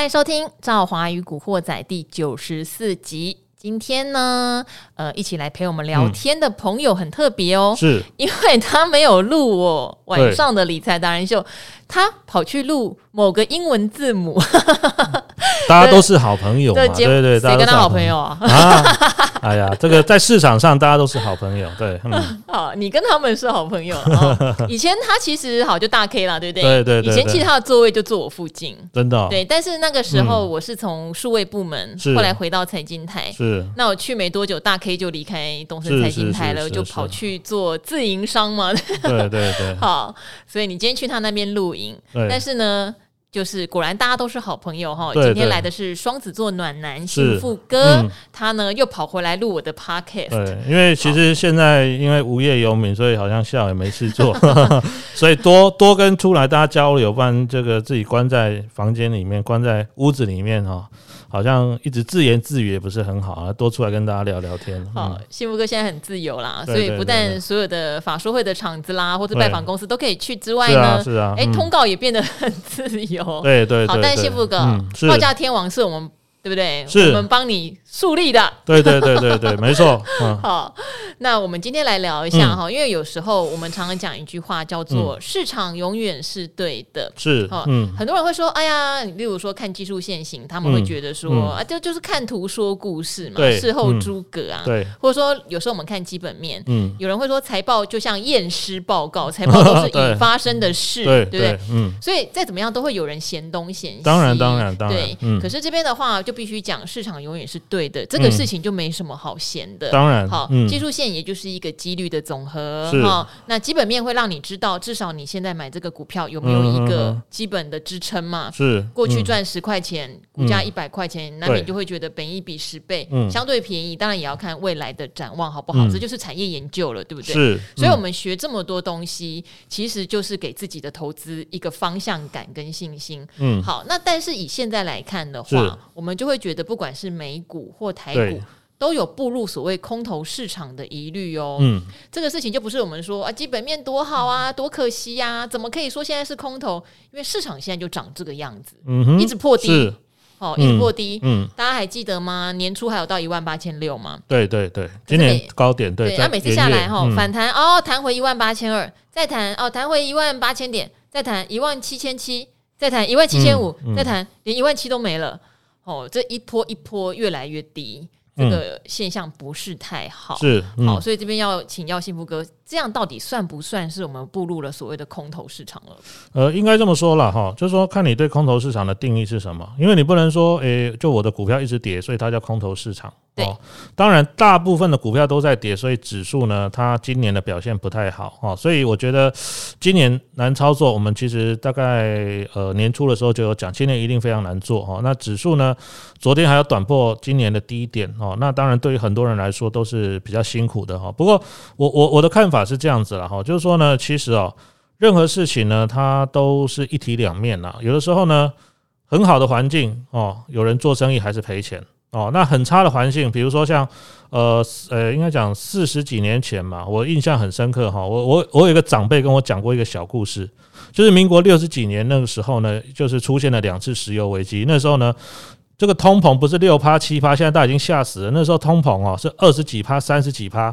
迎收听《赵华与古惑仔》第94集。今天呢，一起来陪我们聊天的朋友很特别哦， 是因为他没有录我晚上的理财达人秀，他跑去录某个英文字母。 大家都是好朋友嘛，对对， 谁跟他好朋友啊？ 哎呀，这个在市场上大家都是好朋友，对， 好，你跟他们是好朋友。以前他其实好就大 K 啦，对不对？ 对对对， 以前其实他的座位就坐我附近， 真的。 对，但是那个时候我是从数位部门，后来回到财经台， 是。 那我去没多久，大 K 就离开东森财经台了，就跑去做自营商嘛。 对对对。 好，所以你今天去他那边录影，但是呢。就是果然大家都是好朋友哈。今天来的是双子座暖男幸福哥，他呢又跑回来录我的 podcast。 对，因为其实现在因为无业游民，所以好像下午也没事做，所以多跟出来大家交流，不然这个自己关在房间里面，关在屋子里面哈。好像一直自言自语也不是很好啊，多出来跟大家聊聊天。 好，幸福哥现在很自由啦，所以不但所有的法说会的场子啦，或者拜访公司都可以去之外呢， 是啊， 通告也变得很自由。 对对对。 好，但是幸福哥，报价天王是我们对不对？ 是我们帮你树立的。 对对对对对，没错。 好，那我们今天来聊一下哈，因为有时候我们常常讲一句话叫做"市场永远是对的"。 是， 很多人会说，哎呀，例如说看技术线型，他们会觉得说啊，就是看图说故事嘛，事后诸葛啊。 对， 或者说有时候我们看基本面，有人会说财报就像验尸报告，财报都是已发生的事，对不对？所以再怎么样都会有人嫌东嫌西。 当然当然当然。 对，可是这边的话就必须讲市场永远是对的，这个事情就没什么好嫌的。 当然， 好，技术线也就是一个几率的总和哈。那基本面会让你知道，至少你现在买这个股票有没有一个基本的支撑嘛？ 是， 过去赚10块钱，股价100块钱，那你就会觉得本益比10倍，相对便宜。当然也要看未来的展望好不好，这就是产业研究了，对不对？ 是。 所以我们学这么多东西，其实就是给自己的投资一个方向感跟信心。好，那但是以现在来看的话，我们就会觉得不管是美股或台股都有步入所谓空头市场的疑虑哦。这个事情就不是我们说啊基本面多好啊多可惜啊，怎么可以说现在是空头？因为市场现在就长这个样子，一直破低，一直破低。大家还记得吗？年初还有到18600吗？ 对对对，今年高点对。 那每次下来反弹弹回18200，再弹弹回18000点，再弹17700，再弹17500，再弹连17000都没了。这一波一波越来越低，这个现象不是太好。 是， 好，所以这边要请教幸福哥，这样到底算不算是我们步入了所谓的空头市场了？ 应该这么说啦哈，就是说看你对空头市场的定义是什么，因为你不能说，就我的股票一直跌，所以它叫空头市场。 对， 当然大部分的股票都在跌，所以指数呢，它今年的表现不太好，所以我觉得今年难操作。我们其实大概年初的时候就有讲，今年一定非常难做。那指数呢，昨天还有短破今年的低点，那当然对于很多人来说都是比较辛苦的。不过我的看法是这样子啦，就是说呢，其实任何事情呢，它都是一体两面啦。有的时候呢，很好的环境有人做生意还是赔钱。那很差的环境，比如说像应该讲40几年前嘛，我印象很深刻我有一个长辈跟我讲过一个小故事，就是民国60几年那个时候呢，就是出现了2次石油危机。那时候呢，这个通膨不是6%、7%，现在大家已经吓死了。那时候通膨是20几%、30几%。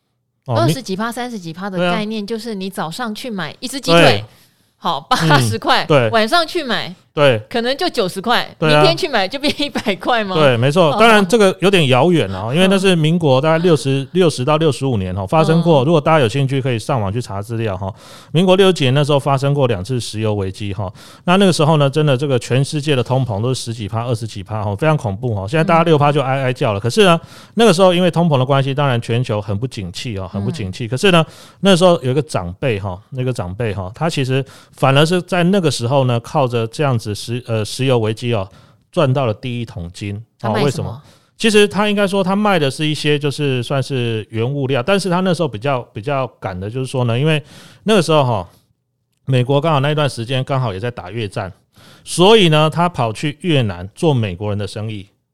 20几%、30几%的概念就是你早上去买一只鸡腿，好80块，晚上去买。对，可能就90块，明天去买就变100块吗？ 对，没错。当然这个有点遥远因为那是民国大概60到65年发生过。如果大家有兴趣，可以上网去查资料民国60几年那时候发生过2次石油危机那个时候呢，真的这个全世界的通膨都是10几%、20几%非常恐怖现在大家6%就哀哀叫了。可是呢，那个时候因为通膨的关系，当然全球很不景气很不景气。可是呢，那时候有一个长辈那个长辈他其实反而是在那个时候呢，靠着这样子石油危机赚到了第一桶金。为什么？其实他应该说他卖的是一些就是算是原物料，但是他那时候比较赶的就是说呢，因为那个时候美国刚好那一段时间刚好也在打越战，所以呢他跑去越南做美国人的生意。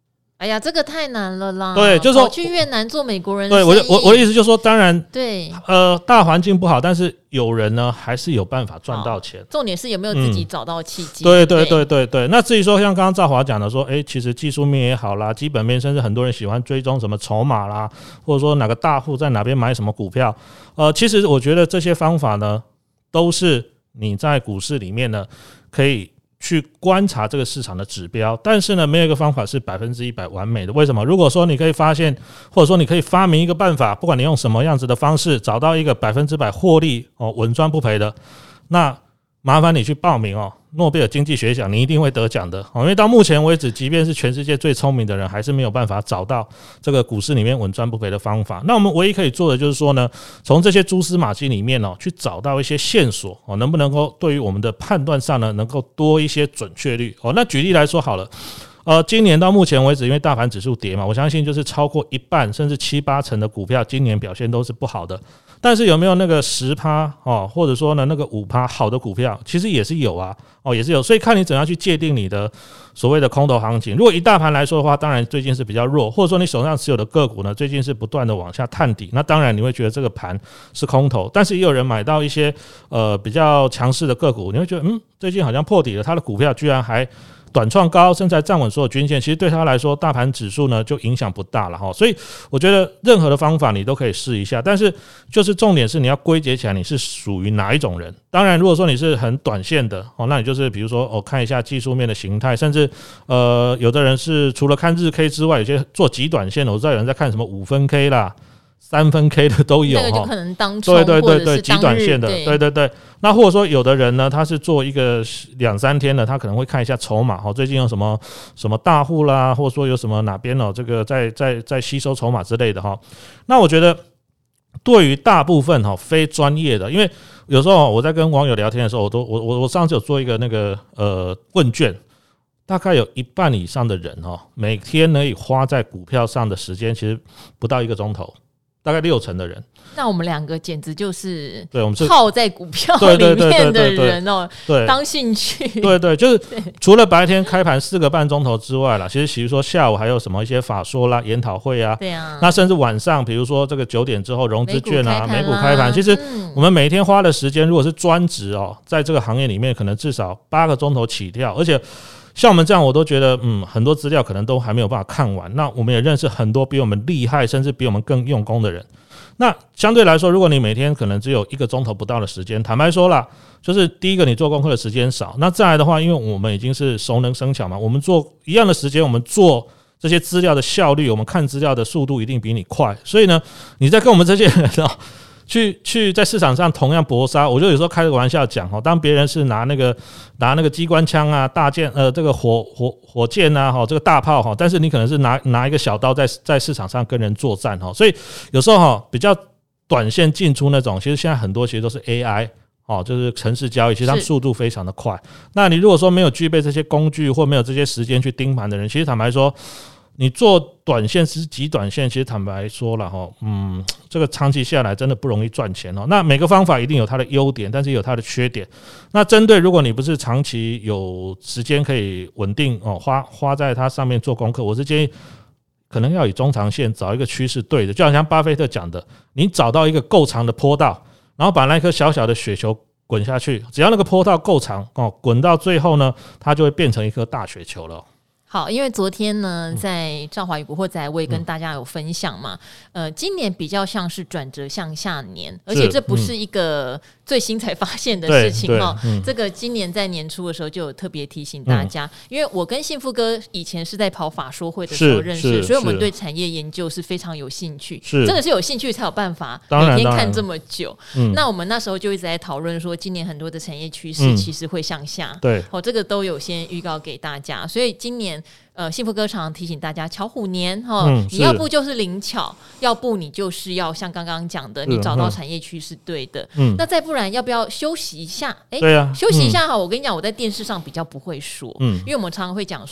哎呀，这个太难了啦！ 对，就是说去越南做美国人， 对，我的意思就是说，当然， 对， 大环境不好，但是有人呢还是有办法赚到钱。 重点是有没有自己找到契机。 对。那至于说像刚刚兆华讲的说，其实技术面也好啦，基本面，甚至很多人喜欢追踪什么筹码啦，或者说哪个大户在哪边买什么股票，其实我觉得这些方法呢，都是你在股市里面呢可以去观察这个市场的指标，但是呢，没有一个方法是100%完美的。为什么？如果说你可以发现，或者说你可以发明一个办法，不管你用什么样子的方式，找到一个100%获利稳赚不赔的，那麻烦你去报名诺贝尔经济学奖，你一定会得奖的因为到目前为止，即便是全世界最聪明的人，还是没有办法找到这个股市里面稳赚不赔的方法。那我们唯一可以做的就是说呢，从这些蛛丝马迹里面去找到一些线索能不能够对于我们的判断上呢，能够多一些准确率那举例来说好了。今年到目前为止，因为大盘指数跌嘛，我相信就是超过一半甚至7-8成的股票今年表现都是不好的。但是有没有那个10%或者说呢那个5%好的股票，其实也是有啊也是有。所以看你怎样去界定你的所谓的空头行情。如果以大盘来说的话，当然最近是比较弱，或者说你手上持有的个股呢最近是不断的往下探底，那当然你会觉得这个盘是空头。但是也有人买到一些比较强势的个股，你会觉得最近好像破底了，它的股票居然还短创高，甚至还站稳所有均线，其实对他来说大盘指数呢就影响不大了所以我觉得任何的方法你都可以试一下，但是就是重点是你要归结起来你是属于哪一种人。当然如果说你是很短线的那你就是比如说看一下技术面的形态，甚至有的人是除了看日 K 之外，有些做极短线的，我知道有人在看什么5分 K 啦3分 K 的都有那个就可能当冲对极短线的对。那或者说有的人呢，他是做一个2-3天的，他可能会看一下筹码最近有什么大户啦，或者说有什么哪边这个在吸收筹码之类的那我觉得对于大部分非专业的，因为有时候我在跟网友聊天的时候，我上次有做一个那个问卷，大概有一半以上的人每天可以花在股票上的时间其实不到1个钟头，大概60%的人。 那我们两个简直就是对，我们是泡在股票里面的人对，当兴趣。 对，就是除了白天开盘4个半钟头之外啦，其实比如说下午还有什么一些法说啦、研讨会啊， 对啊， 那甚至晚上，比如说这个9点之后融资券啊、美股开盘，其实我们每天花的时间，如果是专职在这个行业里面，可能至少8个钟头起跳，而且像我们这样，我都觉得很多资料可能都还没有办法看完。那我们也认识很多比我们厉害，甚至比我们更用功的人。那相对来说，如果你每天可能只有1个钟头不到的时间，坦白说啦，就是第一个你做功课的时间少，那再来的话，因为我们已经是熟能生巧嘛，我们做一样的时间，我们做这些资料的效率，我们看资料的速度一定比你快。所以呢，你在跟我们这些人去在市场上同样搏杀，我就有时候开个玩笑讲当别人是拿那个机关枪啊、大剑这个火箭啊这个大炮但是你可能是拿一个小刀在市场上跟人作战所以有时候比较短线进出那种，其实现在很多其实都是 AI就是程式交易，其实它速度非常的快。那你如果说没有具备这些工具或没有这些时间去盯盘的人，其实坦白说，你做短线是极短线，其实坦白说了这个长期下来真的不容易赚钱那每个方法一定有它的优点，但是也有它的缺点。那针对如果你不是长期有时间可以稳定花在它上面做功课，我是建议可能要以中长线找一个趋势对的，就好像巴菲特讲的，你找到一个够长的坡道，然后把那颗小小的雪球滚下去，只要那个坡道够长滚到最后呢，它就会变成一颗大雪球了。 好，因为昨天呢，在兆华与古惑仔我也跟大家有分享嘛，今年比较像是转折向下年，而且这不是一个最新才发现的事情这个今年在年初的时候就有特别提醒大家，因为我跟幸福哥以前是在跑法说会的时候认识，所以我们对产业研究是非常有兴趣，真的是有兴趣才有办法每天看这么久。那我们那时候就一直在讨论说，今年很多的产业趋势其实会向下， 对， 这个都有先预告给大家，所以今年幸福哥常常提醒大家，巧虎年你要不就是灵巧，要不你就是要像刚刚讲的，你找到产业趋势对的。那再不然要不要休息一下？ 对啊， 休息一下好。我跟你讲，我在电视上比较不会说，因为我们常常会讲说，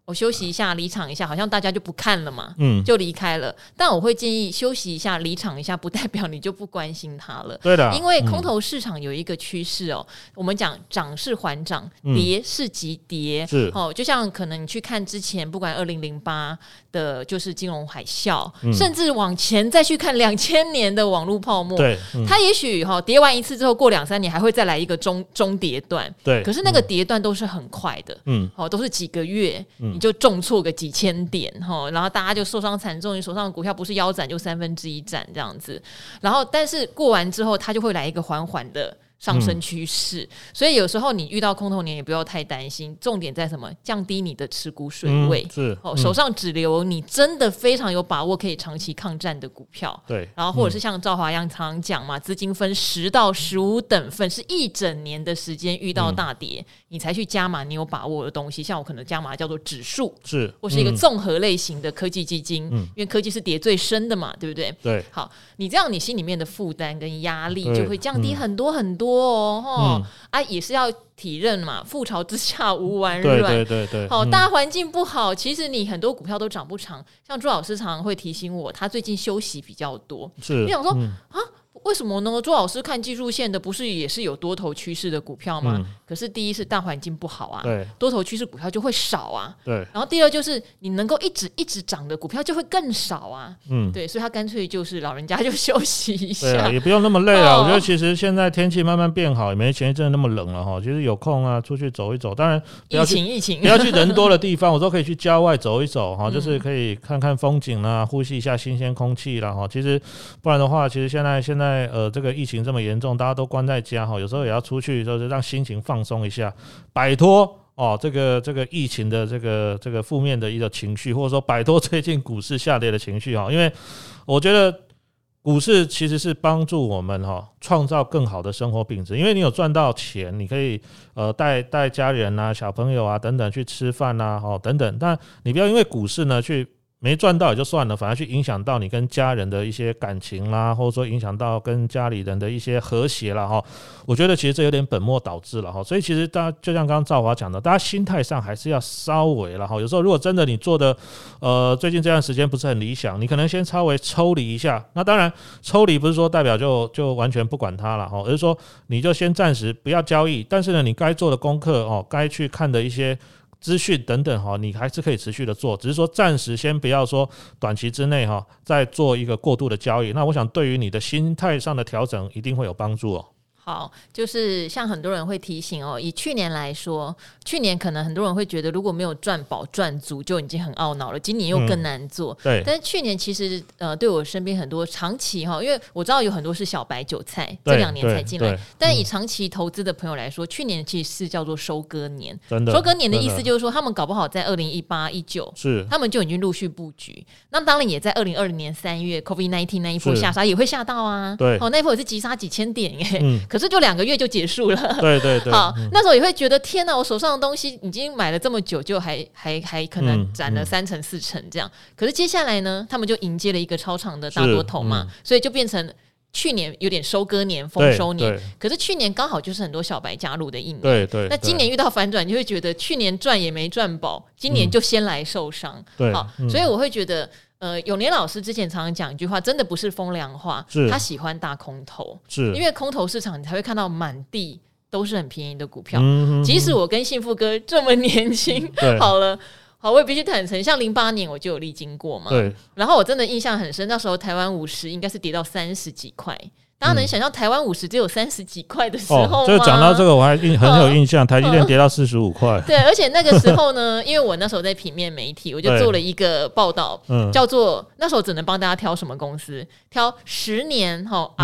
我休息一下，离场一下，好像大家就不看了嘛，就离开了。但我会建议休息一下，离场一下，不代表你就不关心它了。 对的， 因为空头市场有一个趋势哦，我们讲涨是缓涨，跌是急跌， 是就像可能你去看之前，不管2008的就是金融海啸，甚至往前再去看2000年的网络泡沫， 对， 它也许跌完一次之后，过2-3年还会再来一个中跌段， 对， 可是那个跌段都是很快的，都是几个月，你就重挫个几千点，然后大家就受伤惨重，你手上的股票不是腰斩就1/3斩这样子，然后但是过完之后，它就会来一个缓缓的上升趋势，所以有时候你遇到空头年也不要太担心，重点在什么？降低你的持股水位，手上只留你真的非常有把握可以长期抗战的股票。 对， 然后或者是像兆华一样常常讲嘛，资金分10到15等份，是一整年的时间遇到大跌，你才去加码你有把握的东西。像我可能加码叫做指数， 是或是一个综合类型的科技基金，因为科技是跌最深的嘛，对不对？ 对， 好，你这样你心里面的负担跟压力就会降低很多很多。也是要体认嘛，覆巢之下无完卵。 对， 大环境不好，其实你很多股票都涨不长。像朱老师常常会提醒我，他最近休息比较多。 是， 你想说为什么呢？朱老师看技术线的，不是也是有多头趋势的股票吗？可是第一是大环境不好啊， 对， 多头趋势股票就会少啊， 对。 然后第二就是你能够一直涨的股票就会更少啊，对，所以他干脆就是老人家就休息一下， 对啊，也不用那么累啊。我觉得其实现在天气慢慢变好，也没前一阵那么冷了哈。其实有空啊，出去走一走，当然不要去疫情不要去人多的地方，我都可以去郊外走一走哈，就是可以看看风景啦，呼吸一下新鲜空气啦哈。其实不然的话，其实现在这个疫情这么严重，大家都关在家哈，有时候也要出去，就是让心情放松一下，摆脱这个疫情的这个负面的一个情绪，或者说摆脱最近股市下跌的情绪哈。因为我觉得股市其实是帮助我们创造更好的生活品质，因为你有赚到钱，你可以带家人啊、小朋友啊等等去吃饭啊等等，但你不要因为股市呢去没赚到也就算了，反而去影响到你跟家人的一些感情啦，或者说影响到跟家里人的一些和谐啦哈。我觉得其实这有点本末倒置了哈。所以其实大家就像刚刚兆华讲的，大家心态上还是要稍微了哈。有时候如果真的你做的最近这段时间不是很理想，你可能先稍微抽离一下。那当然抽离不是说代表就完全不管它了哈，而是说你就先暂时不要交易，但是呢你该做的功课该去看的一些资讯等等你还是可以持续的做，只是说暂时先不要说短期之内再做一个过度的交易。那我想对于你的心态上的调整一定会有帮助好，就是像很多人会提醒以去年来说，去年可能很多人会觉得如果没有赚饱赚足就已经很懊恼了，今年又更难做。 对， 但是去年其实对我身边很多长期因为我知道有很多是小白韭菜，这2年才进来，但以长期投资的朋友来说，去年其实是叫做收割年。 真的， 收割年的意思就是说，他们搞不好在2018、19 是他们就已经陆续布局。那当然也在2020年3月 COVID-19 那一波下杀也会下到啊，对，那一波也是急杀几千点耶，可是就2个月就结束了。 对， 好，那时候也会觉得天哪，我手上的东西已经买了这么久，就还可能涨了3成4成这样。可是接下来呢，他们就迎接了一个超长的大多头嘛，所以就变成去年有点收割年、丰收年。可是去年刚好就是很多小白加入的一年。 对， 那今年遇到反转，你就会觉得去年赚也没赚饱，今年就先来受伤。好，所以我会觉得。永年老师之前常常讲一句话，真的不是风凉话，他喜欢大空头，是因为空头市场你才会看到满地都是很便宜的股票。即使我跟幸福哥这么年轻，好，我也必须坦诚，像08年我就有历经过嘛，对。然后我真的印象很深，那时候台湾50应该是跌到30几块。大家能想象台湾50只有30几块的时候吗？ 就讲到这个我还很有印象，台积电跌到45块。 对，而且那个时候呢，因为我那时候在平面媒体，我就做了一个报道，叫做那时候只能帮大家挑什么公司，挑10年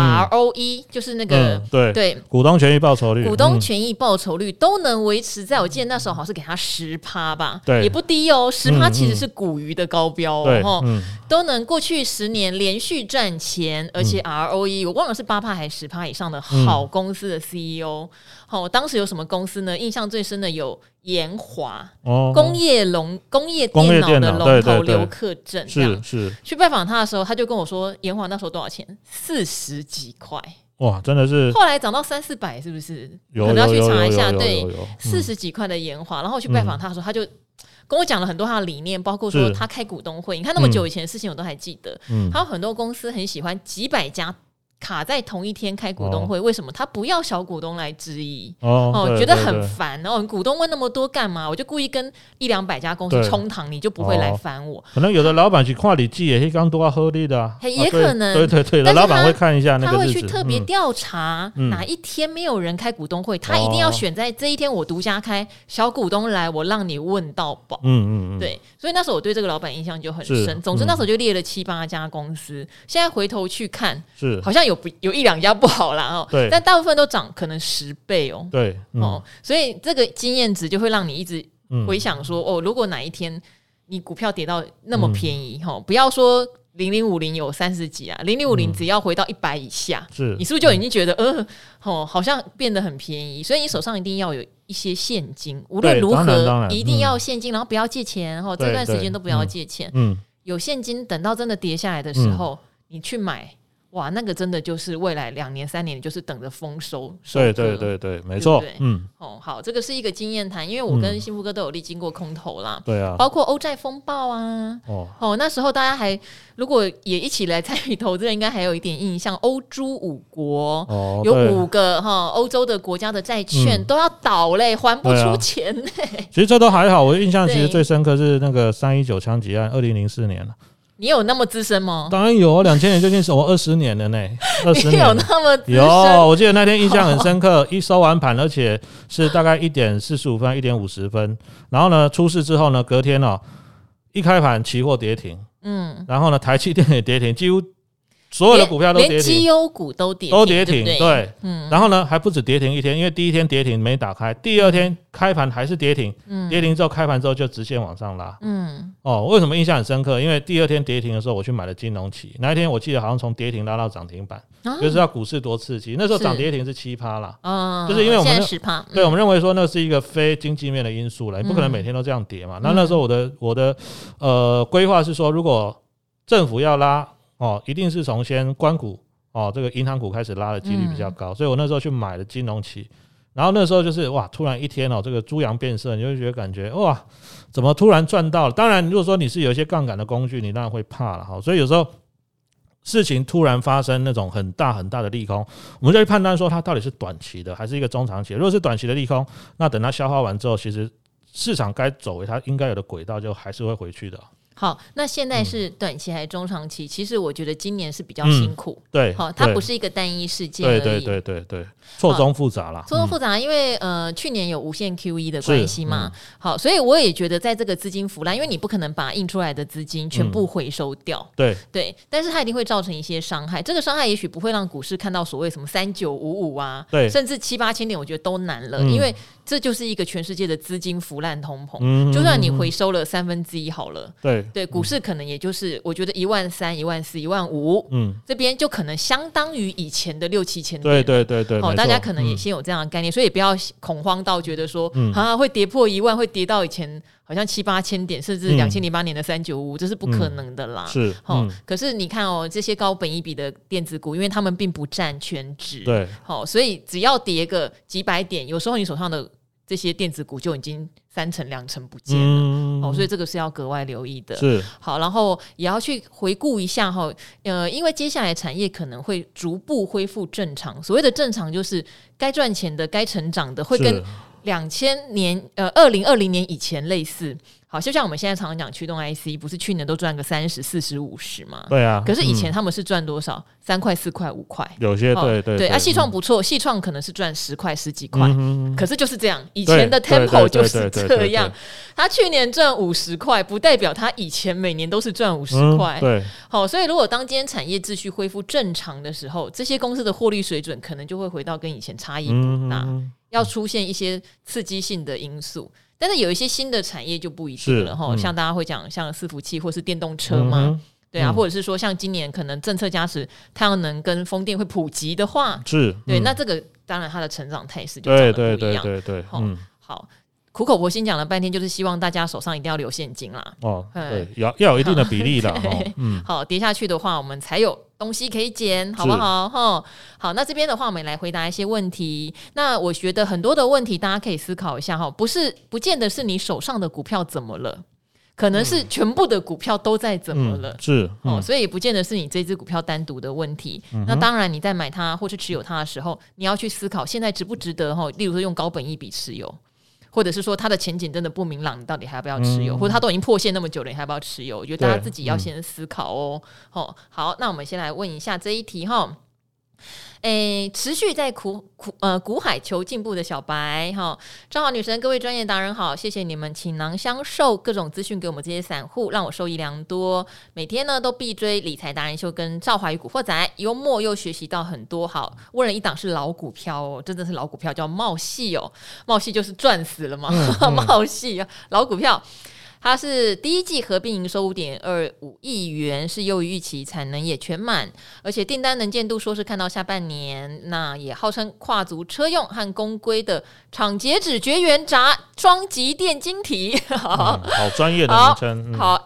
ROE，就是那个对股东权益报酬率， 股东权益报酬率都能维持在，我记得那时候好像是给他10%吧，对，也不低哦，10%其实是股鱼的高标都能过去10年连续赚钱，而且 ROE 我忘了是8%还是10%以上的好公司的 CEO。当时有什么公司呢？印象最深的有研华，工业电脑的龙头刘克正，是去拜访他的时候，他就跟我说，研华那时候多少钱？40几块。 哇，真的是后来涨到300-400，是不是？ 有可能要去查一下，对 ，40 几块的研华。然后我去拜访他的时候，他就跟我讲了很多他的理念，包括说他开股东会。你看那么久以前的事情，我都还记得。还有很多公司很喜欢几百家卡在同一天开股东会，为什么他不要小股东来质疑？觉得很烦。然后股东问那么多干嘛？我就故意跟100-200家公司冲堂，你就不会来烦我。 可能有的老板去看你记，也刚多要合理的啊， 也可能。 对，老板会看一下那个日子， 他会去特别调查哪一天没有人开股东会，他一定要选在这一天我独家开，小股东来我让你问到饱。对，所以那时候我对这个老板印象就很深。总之那时候就列了7-8家公司，现在回头去看，好像有1-2家不好啦，但大部分都涨可能10倍哦。 对， 所以这个经验值就会让你一直回想说，如果哪一天你股票跌到那么便宜，不要说0050有30几啊，0050只要回到100以下，你是不是就已经觉得好像变得很便宜？所以你手上一定要有一些现金，无论如何一定要现金，然后不要借钱，这段时间都不要借钱。有现金，等到真的跌下来的时候，你去买。哇，那个真的就是未来2年3年，就是等着丰收。 对，没错。 好，这个是一个经验谈，因为我跟幸福哥都有历经过空头啦。 对啊， 包括欧债风暴啊。那时候大家还如果也一起来参与投资人，应该还有一点印象，欧洲5国有5个欧洲的国家的债券都要倒嘞，还不出钱嘞。 其实这都还好，我印象其实最深刻是那个319枪击案，2004年了。 你有那么资深吗？ 当然有，2000年就进手20年了呢，20年你有那么资深？ 有，我记得那天印象很深刻，一收完盘，而且是大概1点45分、1点50分，然后呢出事之后呢，隔天一开盘期货跌停，然后呢台积电也跌停，几乎所有的股票都跌停，连绩优股都跌停， 对，然后呢还不止跌停一天，因为第一天跌停没打开，第二天开盘还是跌停，跌停之后开盘之后就直线往上拉，为什么印象很深刻？因为第二天跌停的时候我去买了金融期，那一天我记得好像从跌停拉到涨停板，就知道股市多刺激。那时候涨跌停是7%啦，就是因为我们现在10%， 对，我们认为说那是一个非经济面的因素了，你不可能每天都这样跌嘛。那时候我的规划是说，如果政府要拉一定是从先官股这个银行股开始拉的几率比较高，所以我那时候去买了金融期，然后那时候就是哇，突然一天这个猪羊变色，你就会觉得感觉哇，怎么突然赚到了？当然，如果说你是有一些杠杆的工具，你当然会怕了所以有时候事情突然发生那种很大很大的利空，我们就去判断说它到底是短期的还是一个中长期的。如果是短期的利空，那等它消化完之后，其实市场该走回它应该有的轨道，就还是会回去的。 好，那现在是短期还是中长期？其实我觉得今年是比较辛苦， 对， 它不是一个单一事件而已， 对，错综复杂啦， 错综复杂，因为去年有无限 QE 的关系嘛，好，所以我也觉得在这个资金腐烂，因为你不可能把印出来的资金全部回收掉，对，但是它一定会造成一些伤害，这个伤害也许不会让股市看到所谓什么3955啊，对，甚至7-8千点，我觉得都难了，因为这就是一个全世界的资金腐烂通膨，就算你回收了1/3好了，对，股市可能也就是我觉得13000、14000、15000，这边就可能相当于以前的6-7千点，对，大家可能也先有这样的概念，所以也不要恐慌到觉得说会跌破1万，会跌到以前好像7-8千点，甚至2008年的395，这是不可能的啦。是，可是你看这些高本益比的电子股，因为他们并不占全值，对，所以只要跌个几百点，有时候你手上的这些电子股就已经3成2成不见了，所以这个是要格外留意的。是，好，然后也要去回顾一下因为接下来产业可能会逐步恢复正常，所谓的正常就是该赚钱的、该成长的，会跟2020年以前类似。好，就像我们现在常常讲驱动 IC， 不是去年都赚个30、40、50吗？对啊。可是以前他们是赚多少？3块、4块、5块，有些对。细创不错，细创可能是赚10块、10几块，可是就是这样，以前的 tempo 就是这样。他去年赚50块，不代表他以前每年都是赚50块。对。好，所以如果当今天产业秩序恢复正常的时候，这些公司的获利水准可能就会回到跟以前差异不大，要出现一些刺激性的因素。但是有一些新的产业就不一定了像大家会讲像伺服器或是电动车嘛，对啊，或者是说像今年可能政策加持太阳能跟风电会普及的话，对，那这个当然它的成长态势就长得不一样。对，好，苦口婆心讲了半天，就是希望大家手上一定要留现金啦。对，要有一定的比例啦。好，跌下去的话，我们才有东西可以捡，好不好？好，那这边的话，我们来回答一些问题。那我觉得很多的问题，大家可以思考一下哈，不见得是你手上的股票怎么了，可能是全部的股票都在怎么了，所以不见得是你这只股票单独的问题。那当然，你在买它或是持有它的时候，你要去思考现在值不值得例如说用高本益比持有。或者是说它的前景真的不明朗，你到底还要不要持有？或者它都已经破线那么久了，你还要不要持有？我觉得大家自己要先思考哦。好，那我们先来问一下这一题哈。持续在苦海求进步的小白正好女神各位专业达人好，谢谢你们倾囊相授各种资讯给我们这些散户，让我受益良多。每天呢都必追理财达人秀跟赵华与古惑仔，幽默又学习到很多。好，问了一档是老股票真的是老股票，叫茂系茂系就是赚死了嘛，茂系老股票。它是第一季合并营收 5.25 亿元，是优于预期，产能也全满，而且订单能见度说是看到下半年。那也号称跨足车用和公规的厂截止绝缘闸双极电晶体， 好专业的名称。 好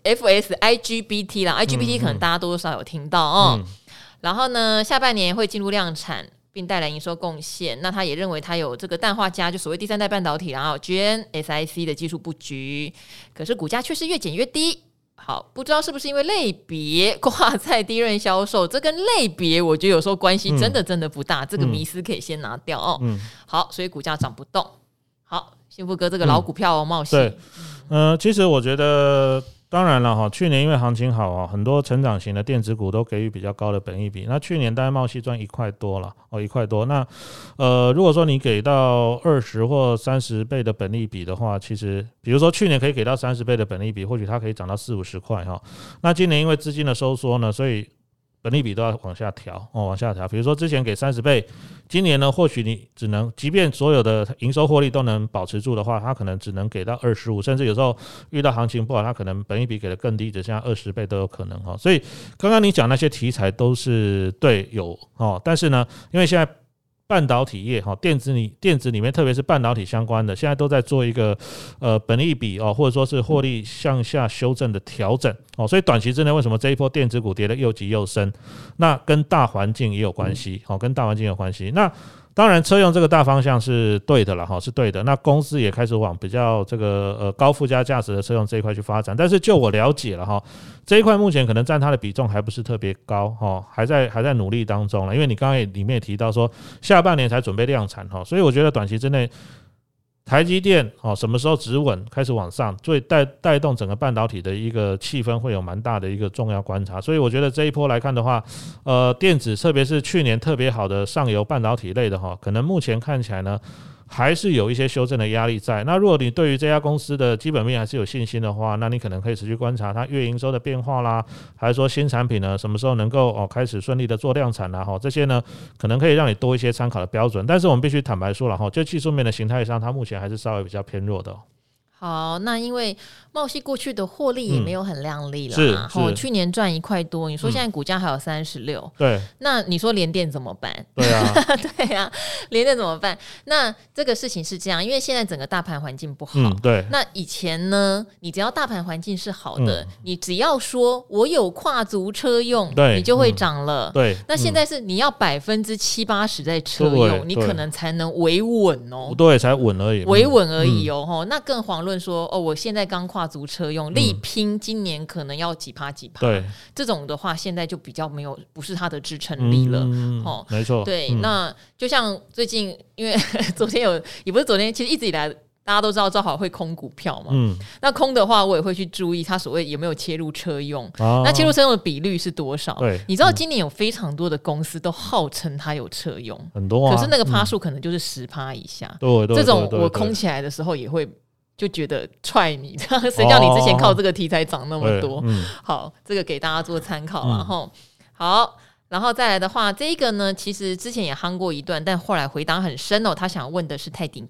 FS IGBT 啦 ，IGBT 可能大家多多少少有听到然后呢，下半年会进入量产，并带来营收贡献。那他也认为他有这个氮化镓，就所谓第三代半导体，然后 GNSIC 的技术布局，可是股价却是越减越低。好，不知道是不是因为类别挂在低润销售，这跟类别我觉得有时候关系真的不大，这个迷思可以先拿掉好，所以股价涨不动。好，幸福哥这个老股票茂系， 其实我觉得。当然了去年因为行情好很多成长型的电子股都给予比较高的本益比。那去年大概茂系赚1块多了1块多。那如果说你给到20或30倍的本益比的话，其实比如说去年可以给到30倍的本益比，或许它可以涨到40-50块那今年因为资金的收缩呢，所以本益比都要往下调往下调。比如说之前给30倍，今年呢或许你只能，即便所有的营收获利都能保持住的话，它可能只能给到25，甚至有时候遇到行情不好，它可能本益比给的更低，只剩下20倍都有可能所以刚刚你讲那些题材都是对有但是呢，因为现在半导体业电子里面特别是半导体相关的，现在都在做一个本益比或者说是获利向下修正的调整所以短期之内为什么这一波电子股跌得又急又深，那跟大环境也有关系跟大环境有关系。那当然车用这个大方向是对的啦是对的，那公司也开始往比较这个高附加价值的车用这一块去发展。但是就我了解了这一块目前可能占它的比重还不是特别高还在努力当中了。因为你刚刚里面也提到说下半年才准备量产所以我觉得短期之内台积电什么时候止稳开始往上，所以带动整个半导体的一个气氛会有蛮大的一个重要观察。所以我觉得这一波来看的话电子特别是去年特别好的上游半导体类的可能目前看起来呢还是有一些修正的压力在。那如果你对于这家公司的基本面还是有信心的话，那你可能可以持续观察它月营收的变化啦，还是说新产品呢什么时候能够开始顺利的做量产啦这些呢可能可以让你多一些参考的标准。但是我们必须坦白说了就技术面的形态上，它目前还是稍微比较偏弱的好，那因为茂系过去的获利也没有很亮丽啦去年赚1块多，你说现在股价还有36 对， 那你说联电怎么办？ 对啊对啊，联电怎么办？那这个事情是这样，因为现在整个大盘环境不好对， 那以前呢你只要大盘环境是好的你只要说我有跨足车用你就会涨了对， 那现在是你要70-80%在车用你可能才能维稳对，才稳而已维稳而已那更遑论说我现在刚跨足车用力拼今年可能要几趴对， 这种的话现在就比较没有不是它的支撑力了没错对那就像最近因为昨天也不是昨天，其实一直以来大家都知道赵华会空股票嘛那空的话我也会去注意他所谓有没有切入车用那切入车用的比率是多少对， 你知道今年有非常多的公司都号称它有车用很多可是那个趴数可能就是10%以下对， 这种我空起来的时候也会就觉得踹你，谁叫你之前靠这个题材涨那么多好，这个给大家做参考然后好，然后再来的话这个呢其实之前也夯过一段，但后来回答很深他想问的是泰鼎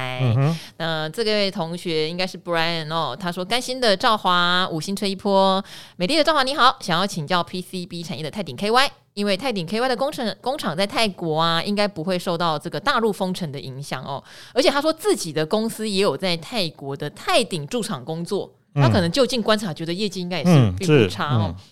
KY这位同学应该是 Brian 他说甘心的兆华5星吹一波，美丽的兆华你好，想要请教 PCB 产业的泰鼎 KY，因为泰鼎 KY 的工厂在泰国应该不会受到这个大陆封城的影响而且他说自己的公司也有在泰国的泰鼎驻厂工作他可能就近观察觉得业绩应该也是并不差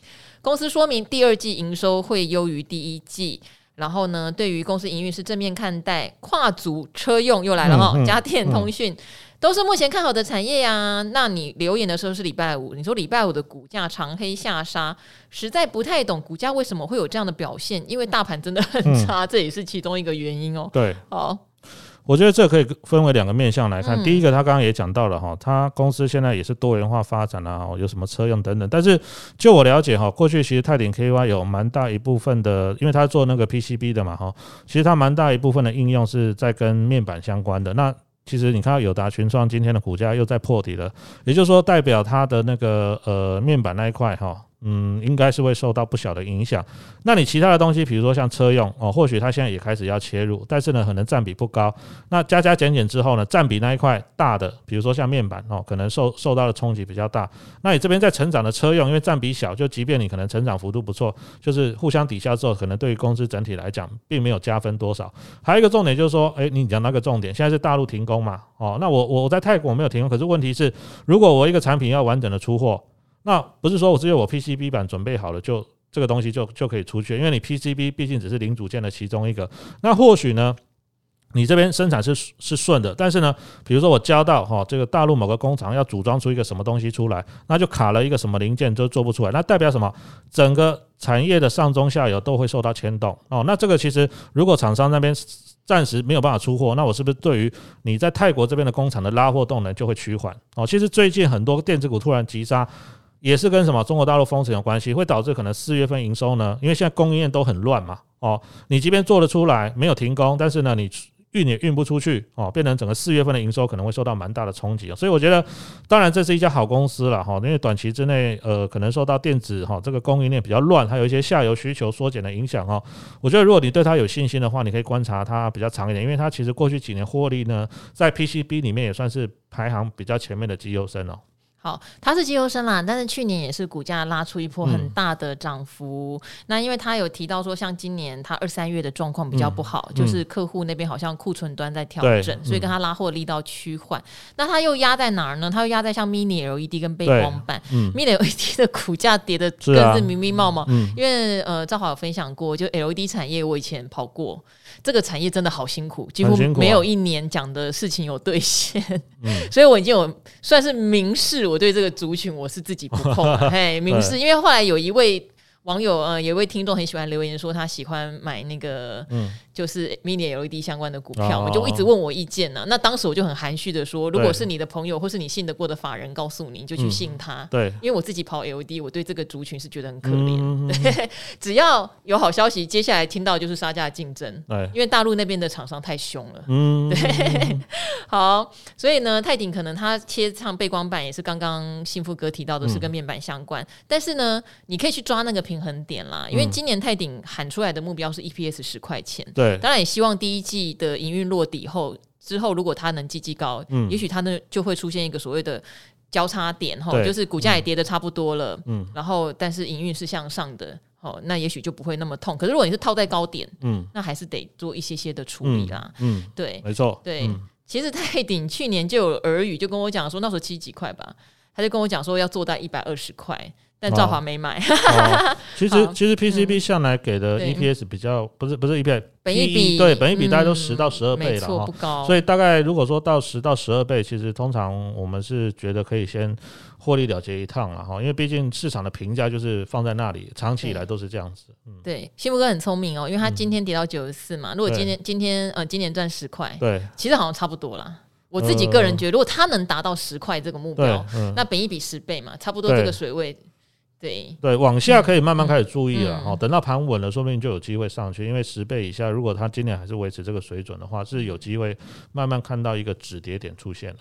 公司说明第二季营收会优于第一季，然后呢，对于公司营运是正面看待，跨足车用又来了家电、通讯。都是目前看好的产业呀。那你留言的时候是礼拜五，你说礼拜五的股价长黑下杀，实在不太懂股价为什么会有这样的表现，因为大盘真的很差，这也是其中一个原因哦。 对， 好， 我觉得这可以分为2个面向来看。第一个，他刚刚也讲到了哈，他公司现在也是多元化发展啊，有什么车用等等。但是就我了解哈，过去其实泰鼎 KY 有蛮大一部分的，因为他做那个 PCB 的嘛哈，其实他蛮大一部分的应用是在跟面板相关的。那其实你看到友达、群创今天的股价又在破底了，也就是说代表它的那个面板那一块哈，应该是会受到不小的影响。那你其他的东西，比如说像车用哦，或许它现在也开始要切入，但是呢，可能占比不高。那加减之后呢，占比那一块大的，比如说像面板哦，可能受到的冲击比较大。那你这边在成长的车用，因为占比小，就即便你可能成长幅度不错，就是互相抵消之后，可能对于公司整体来讲，并没有加分多少。还有一个重点就是说，你讲那个重点，现在是大陆停工嘛，哦，那我在泰国没有停工，可是问题是，如果我一个产品要完整的出货，那不是说我只有我 PCB 板准备好了，就这个东西就可以出去，因为你 PCB 毕竟只是零组件的其中一个。那或许呢，你这边生产是顺的，但是呢，比如说我交到这个大陆某个工厂要组装出一个什么东西出来，那就卡了一个什么零件就做不出来，那代表什么？整个产业的上中下游都会受到牵动哦。那这个其实如果厂商那边暂时没有办法出货，那我是不是对于你在泰国这边的工厂的拉货动能就会趋缓哦？其实最近很多电子股突然急杀，也是跟什么中国大陆封城有关系，会导致可能4月份营收呢，因为现在供应链都很乱嘛哦，你即便做得出来没有停工，但是呢你运也运不出去哦，变成整个4月份的营收可能会受到蛮大的冲击，所以我觉得，当然这是一家好公司了哈，因为短期之内可能受到电子这个供应链比较乱，还有一些下游需求缩减的影响哈。我觉得如果你对它有信心的话，你可以观察它比较长一点，因为它其实过去几年获利呢，在 PCB 里面也算是排行比较前面的绩优生哦。 好，它是绩优生啦，但是去年也是股价拉出一波很大的涨幅。那因为他有提到说，像今年他2、3月的状况比较不好，就是客户那边好像库存端在调整，所以跟他拉货力道趋缓。那他又压在哪儿呢？他又压在像 Mini LED 跟背光板。Mini LED 的股价跌的更是明明冒冒。因为赵华有分享过，就 LED 产业我以前跑过，这个产业真的好辛苦，几乎没有一年讲的事情有兑现。所以我已经有算是明示我对这个族群我是自己不碰嘿，明示。因为后来有一位网友有一位听众很喜欢留言说他喜欢买那个就是 Mini LED 相关的股票，我就一直问我意见呢。那当时我就很含蓄的说，如果是你的朋友或是你信得过的法人告诉你，就去信他。对，因为我自己跑 LED， 我对这个族群是觉得很可怜。对，只要有好消息，接下来听到就是杀价竞争。对，因为大陆那边的厂商太凶了。对，好，所以呢，泰鼎可能他切上背光板也是刚刚幸福哥提到的是跟面板相关，但是呢，你可以去抓那个平衡点啦。因为今年泰鼎喊出来的目标是 EPS 10块钱。对。当然也希望第一季的营运落底之后，如果它能季季高，也许它呢就会出现一个所谓的交叉点，就是股价也跌得差不多了，然后但是营运是向上的，那也许就不会那么痛。可是如果你是套在高点，那还是得做一些的处理啦。对， 没错， 对。其实泰鼎去年就有耳语，就跟我讲说那时候70几块吧，他就跟我讲说要做到120块。但兆华没买。 其实 PCB 向来给的 EPS 比较不是 EPS， 本益比对本益比大概都10到12倍了， 没错，不高。 所以大概如果说到10到12倍，其实通常我们是觉得可以先获利了结一趟了哈，因为毕竟市场的评价就是放在那里，长期以来都是这样子。 对，幸福哥很聪明哦，因为他今天跌到94嘛，如果今年赚10块，对，其实好像差不多啦。我自己个人觉得，如果他能达到10块这个目标，那本益比10倍嘛，差不多这个水位。对，往下可以慢慢开始注意了，等到盘稳了，说不定就有机会上去。因为10倍以下，如果它今年还是维持这个水准的话，是有机会慢慢看到一个止跌点出现了。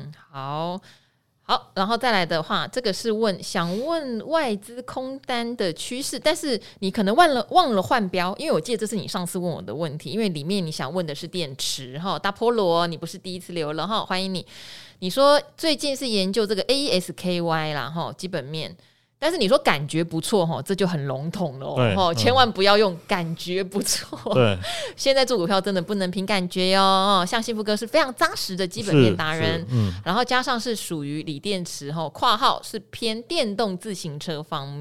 好，然后再来的话，这个是想问外资空单的趋势，但是你可能忘了换标，因为我记得这是你上次问我的问题，因为里面你想问的是电池大菠萝，你不是第一次留了欢迎你。你说最近是研究这个 ASKY 啦基本面。但是你说感觉不错这就很笼统了千万不要用感觉不错。对，现在做股票真的不能凭感觉哟。像幸福哥是非常扎实的基本面达人，然后加上是属于锂电池括号是偏电动自行车方面，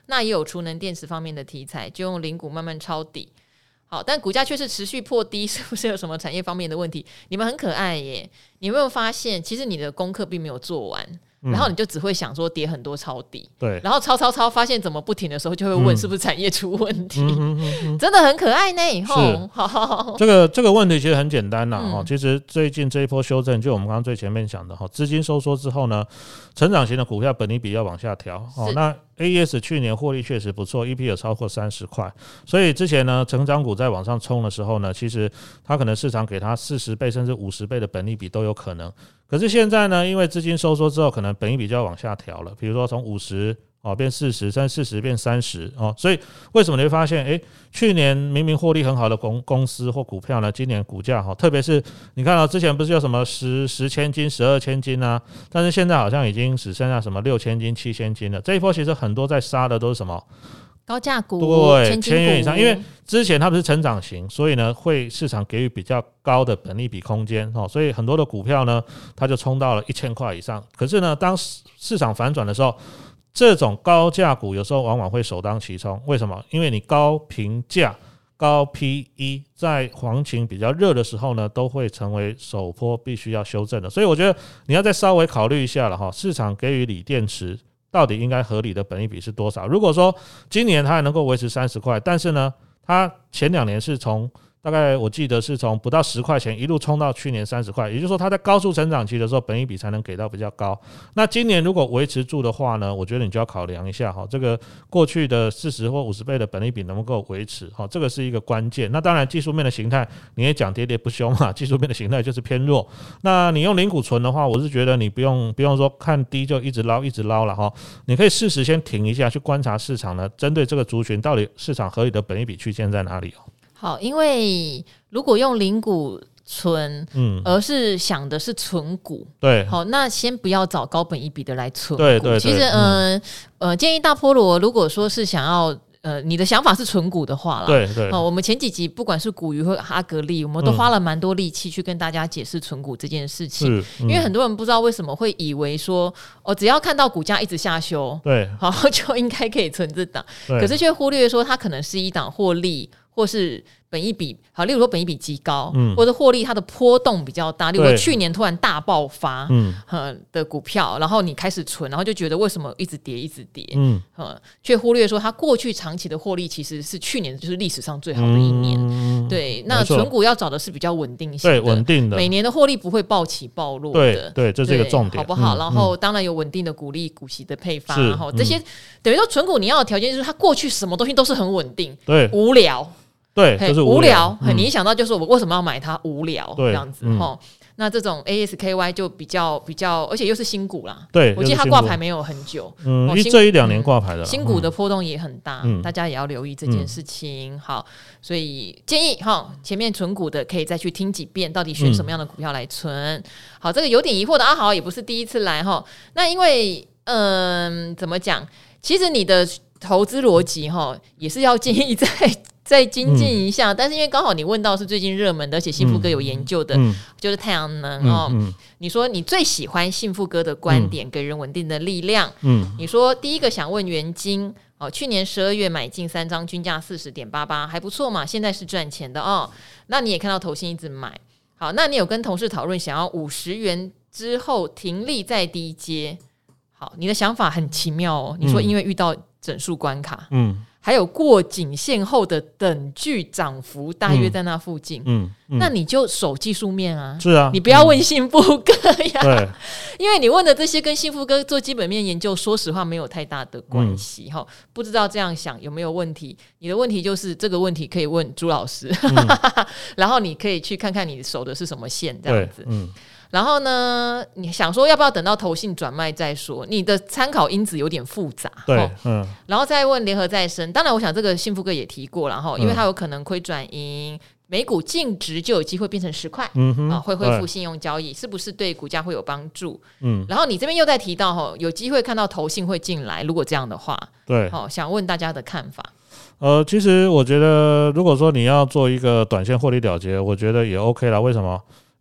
那也有储能电池方面的题材，就用零股慢慢抄底。好，但股价却是持续破低，是不是有什么产业方面的问题？你们很可爱耶，你有没有发现，其实你的功课并没有做完，然后你就只会想说跌很多抄底， 对， 然后抄，发现怎么不停的时候，就会问是不是产业出问题，真的很可爱呢。 好，这个问题其实很简单啦，其实最近这一波修正，就我们刚刚最前面讲的，资金收缩之后呢，成长型的股票本益比要往下调，那AES 去年获利确实不错 ，EP 有超过30块，所以之前呢，成长股在往上冲的时候呢，其实它可能市场给它40倍甚至50倍的本益比都有可能。可是现在呢，因为资金收缩之后，可能本益比就要往下调了，比如说从50变40，甚至40变30所以为什么你会发现，去年明明获利很好的公司或股票呢，今年股价特别是你看到之前不是有什么10千金、12千金啊，但是现在好像已经只剩下什么6千金、7千金了。这一波其实很多在杀的都是什么？ 高价股， 对，1000元以上，因为之前它不是成长型，所以呢会市场给予比较高的本益比空间，所以很多的股票呢它就冲到了1000块以上。可是呢，当市场反转的时候，这种高价股有时候往往会首当其冲。为什么？因为你高评价、高 PE， 在行情比较热的时候呢，都会成为首波必须要修正的。所以我觉得你要再稍微考虑一下了市场给予锂电池到底应该合理的本益比是多少？如果说今年它还能够维持30块，但是呢，它前2年是从大概我记得是从不到10块钱一路冲到去年30块，也就是说它在高速成长期的时候，本益比才能给到比较高。那今年如果维持住的话呢，我觉得你就要考量一下这个过去的40或50倍的本益比能不能够维持，这个是一个关键。那当然技术面的形态你也讲跌跌不休嘛，技术面的形态就是偏弱。那你用零股存的话，我是觉得你不用说看低就一直捞了你可以适时先停一下，去观察市场呢，针对这个族群到底市场合理的本益比区间在哪里好，因为如果用零股存，而是想的是存股， 对， 好，那先不要找高本益比的来存股。 对， 其实建议大菠萝，如果说是想要你的想法是存股的话啦， 对， 我们前几集不管是股鱼或阿格力，我们都花了蛮多力气去跟大家解释存股这件事情，因为很多人不知道为什么会以为说只要看到股价一直下修， 对， 好就应该可以存这档，可是却忽略说它可能是一档获利或是本益比好，例如说本益比极高，或者获利它的波动比较大，例如说去年突然大爆发的股票，然后你开始存，然后就觉得为什么一直跌，却忽略说它过去长期的获利其实是去年就是历史上最好的一年。对，那存股要找的是比较稳定性的， 对，稳定的， 每年的获利不会暴起暴落的， 对，这是一个重点， 好不好？然后当然有稳定的股利股息的配发，然后这些等于说存股你要的条件就是它过去什么东西都是很稳定， 对， 无聊。 对，就是无聊。 你一想到就是我为什么要买它？无聊这样子那这种 ASKY 就比较，而且又是新股啦。 对， 我记得它挂牌没有很久， 这1-2年挂牌的新股的波动也很大，大家也要留意这件事情。好，所以建议前面存股的可以再去听几遍，到底选什么样的股票来存。好，这个有点疑惑的阿豪也不是第一次来那因为怎么讲？其实你的投资逻辑也是要建议再精进一下，但是因为刚好你问到是最近热门的，而且幸福哥有研究的，就是太阳能你说你最喜欢幸福哥的观点，给人稳定的力量。你说第一个想问元晶去年12月买进3张，均价40.88，还不错嘛，现在是赚钱的那你也看到投信一直买，好，那你有跟同事讨论想要50元之后停利再低接？好，你的想法很奇妙你说因为遇到整数关卡，还有过颈线后的等距涨幅大约在那附近，那你就守技术面啊， 是啊， 你不要问幸福哥呀，对，因为你问的这些跟幸福哥做基本面研究，说实话没有太大的关系不知道这样想有没有问题？你的问题就是这个问题可以问朱老师，然后你可以去看看你守的是什么线这样子，然后呢，你想说要不要等到投信转卖再说？你的参考因子有点复杂， 对， 然后再问联合再生。当然，我想这个幸福哥也提过了因为它有可能亏转盈，每股净值就有机会变成10块，会恢复信用交易，是不是对股价会有帮助？然后你这边又在提到有机会看到投信会进来，如果这样的话， 对， 想问大家的看法。 其实我觉得，如果说你要做一个短线获利了结，我觉得也 OK 啦。为什么？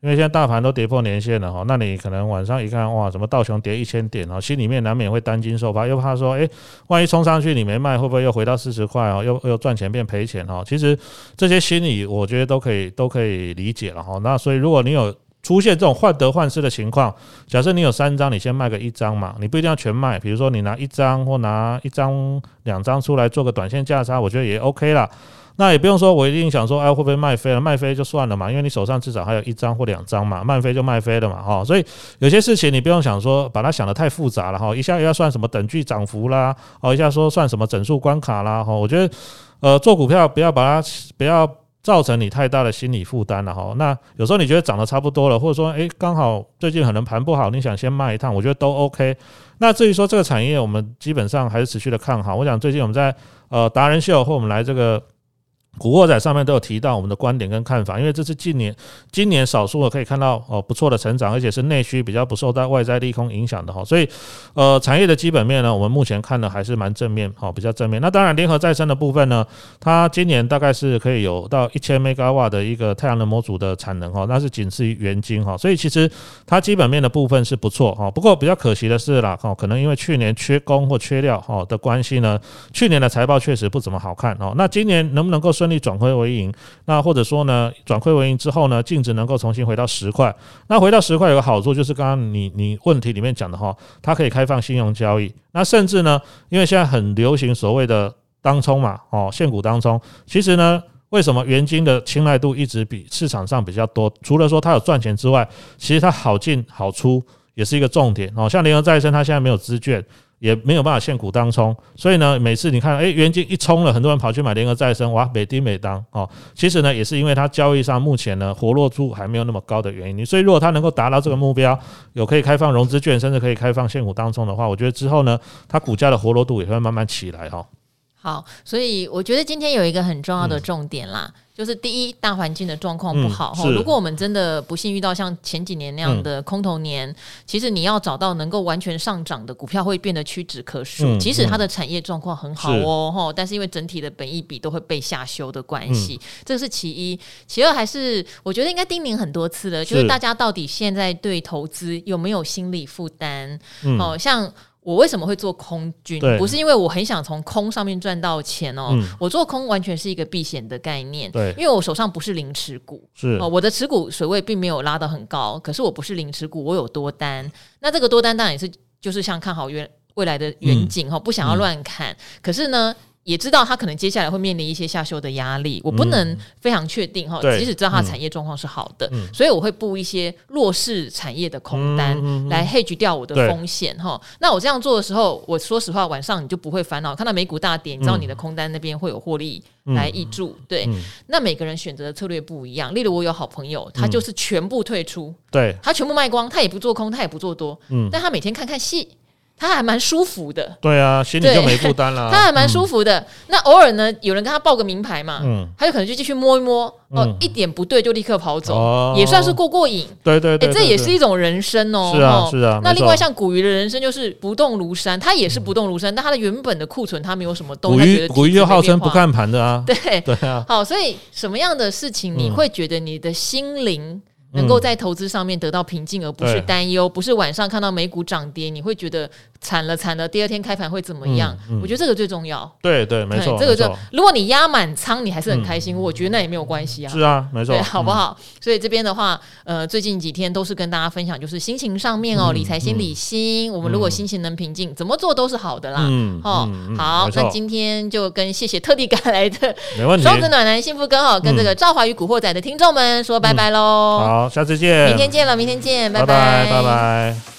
因为现在大盘都跌破年线了那你可能晚上一看哇，什么道琼跌1000点心里面难免会担惊受怕，又怕说万一冲上去你没卖，会不会又回到40块又赚钱变赔钱其实这些心理我觉得都可以理解了那所以如果你有出现这种患得患失的情况，假设你有3张，你先卖个1张嘛，你不一定要全卖，比如说你拿1张或拿1张2张出来做个短线价差，我觉得也 OK 啦。那也不用说我一定想说会不会卖飞了，卖飞就算了嘛，因为你手上至少还有1张或2张嘛，卖飞就卖飞了嘛所以有些事情你不用想说把它想得太复杂了一下又要算什么等距涨幅啦一下说算什么整数关卡啦我觉得做股票不要造成你太大的心理负担了那有时候你觉得涨得差不多了，或者说刚好最近可能盘不好，你想先卖一趟，我觉得都 OK。那至于说这个产业，我们基本上还是持续的看好。我想最近我们在达人秀或我们来这个古惑仔上面都有提到我们的观点跟看法，因为这是今年少数的可以看到不错的成长，而且是内需比较不受到外在利空影响的所以产业的基本面呢，我们目前看的还是蛮正面比较正面。那当然联合再生的部分呢，它今年大概是可以有到1000 MW 的一个太阳能模组的产能那是仅次于元晶所以其实它基本面的部分是不错不过比较可惜的是啦可能因为去年缺工或缺料的关系呢，去年的财报确实不怎么好看那今年能不能够顺利转亏为盈，那或者说呢转亏为盈之后呢，净值能够重新回到10块，那回到10块有个好处就是刚刚你问题里面讲的它可以开放信用交易，那甚至呢因为现在很流行所谓的当冲嘛现股当冲，其实呢为什么元晶的青睐度一直比市场上比较多，除了说它有赚钱之外，其实它好进好出也是一个重点像联合再生它现在没有资券，也没有办法现股当冲，所以呢每次你看元晶一冲了，很多人跑去买联合再生，哇美丁美当其实呢也是因为它交易上目前呢活络度还没有那么高的原因，所以如果它能够达到这个目标，有可以开放融资券，甚至可以开放现股当冲的话，我觉得之后呢它股价的活络度也会慢慢起来好，所以我觉得今天有一个很重要的重点啦，就是第一，大环境的状况不好如果我们真的不幸遇到像前几年那样的空头年，其实你要找到能够完全上涨的股票会变得屈指可数，即使它的产业状况很好但是因为整体的本益比都会被下修的关系，这是其一。其二，还是我觉得应该叮咛很多次了，就是大家到底现在对投资有没有心理负担像我为什么会做空军？不是因为我很想从空上面赚到钱我做空完全是一个避险的概念，因为我手上不是零持股，我的持股水位并没有拉得很高，可是我不是零持股，我有多单，那这个多单当然也是就是像看好未来的远景不想要乱看，可是呢也知道他可能接下来会面临一些下修的压力，我不能非常确定即使知道他产业状况是好的所以我会布一些弱势产业的空单来 hedge 掉我的风险那我这样做的时候，我说实话晚上你就不会烦恼看到美股大跌，你知道你的空单那边会有获利来挹注对那每个人选择的策略不一样，例如我有好朋友他就是全部退出他全部卖光，他也不做空他也不做多但他每天看看戏，他还蛮舒服的， 对啊，心里就没负担了。 他还蛮舒服的。那偶尔呢，有人跟他报个名牌嘛，他就可能就继续摸一摸，一点不对就立刻跑走，也算是过瘾。 对， 这也是一种人生是啊。 那另外像古鱼的人生就是不动如山，他也是不动如山，但他的原本的库存他没有什么动。 古鱼又号称不看盘的啊， 对啊。好，所以什么样的事情你会觉得你的心灵能够在投资上面得到平静，而不是担忧，不是晚上看到美股涨跌你会觉得惨了，第二天开盘会怎么样我觉得这个最重要。 对，没错， 这个就如果你压满仓你还是很开心我觉得那也没有关系啊。 是啊，没错， 好不好所以这边的话最近几天都是跟大家分享就是心情上面理财先理心我们如果心情能平静怎么做都是好的啦好，那今天就跟谢谢特地赶来的双子暖男幸福哥跟这个赵华与古惑仔的听众们说拜拜咯好，下次见， 明天见，拜拜。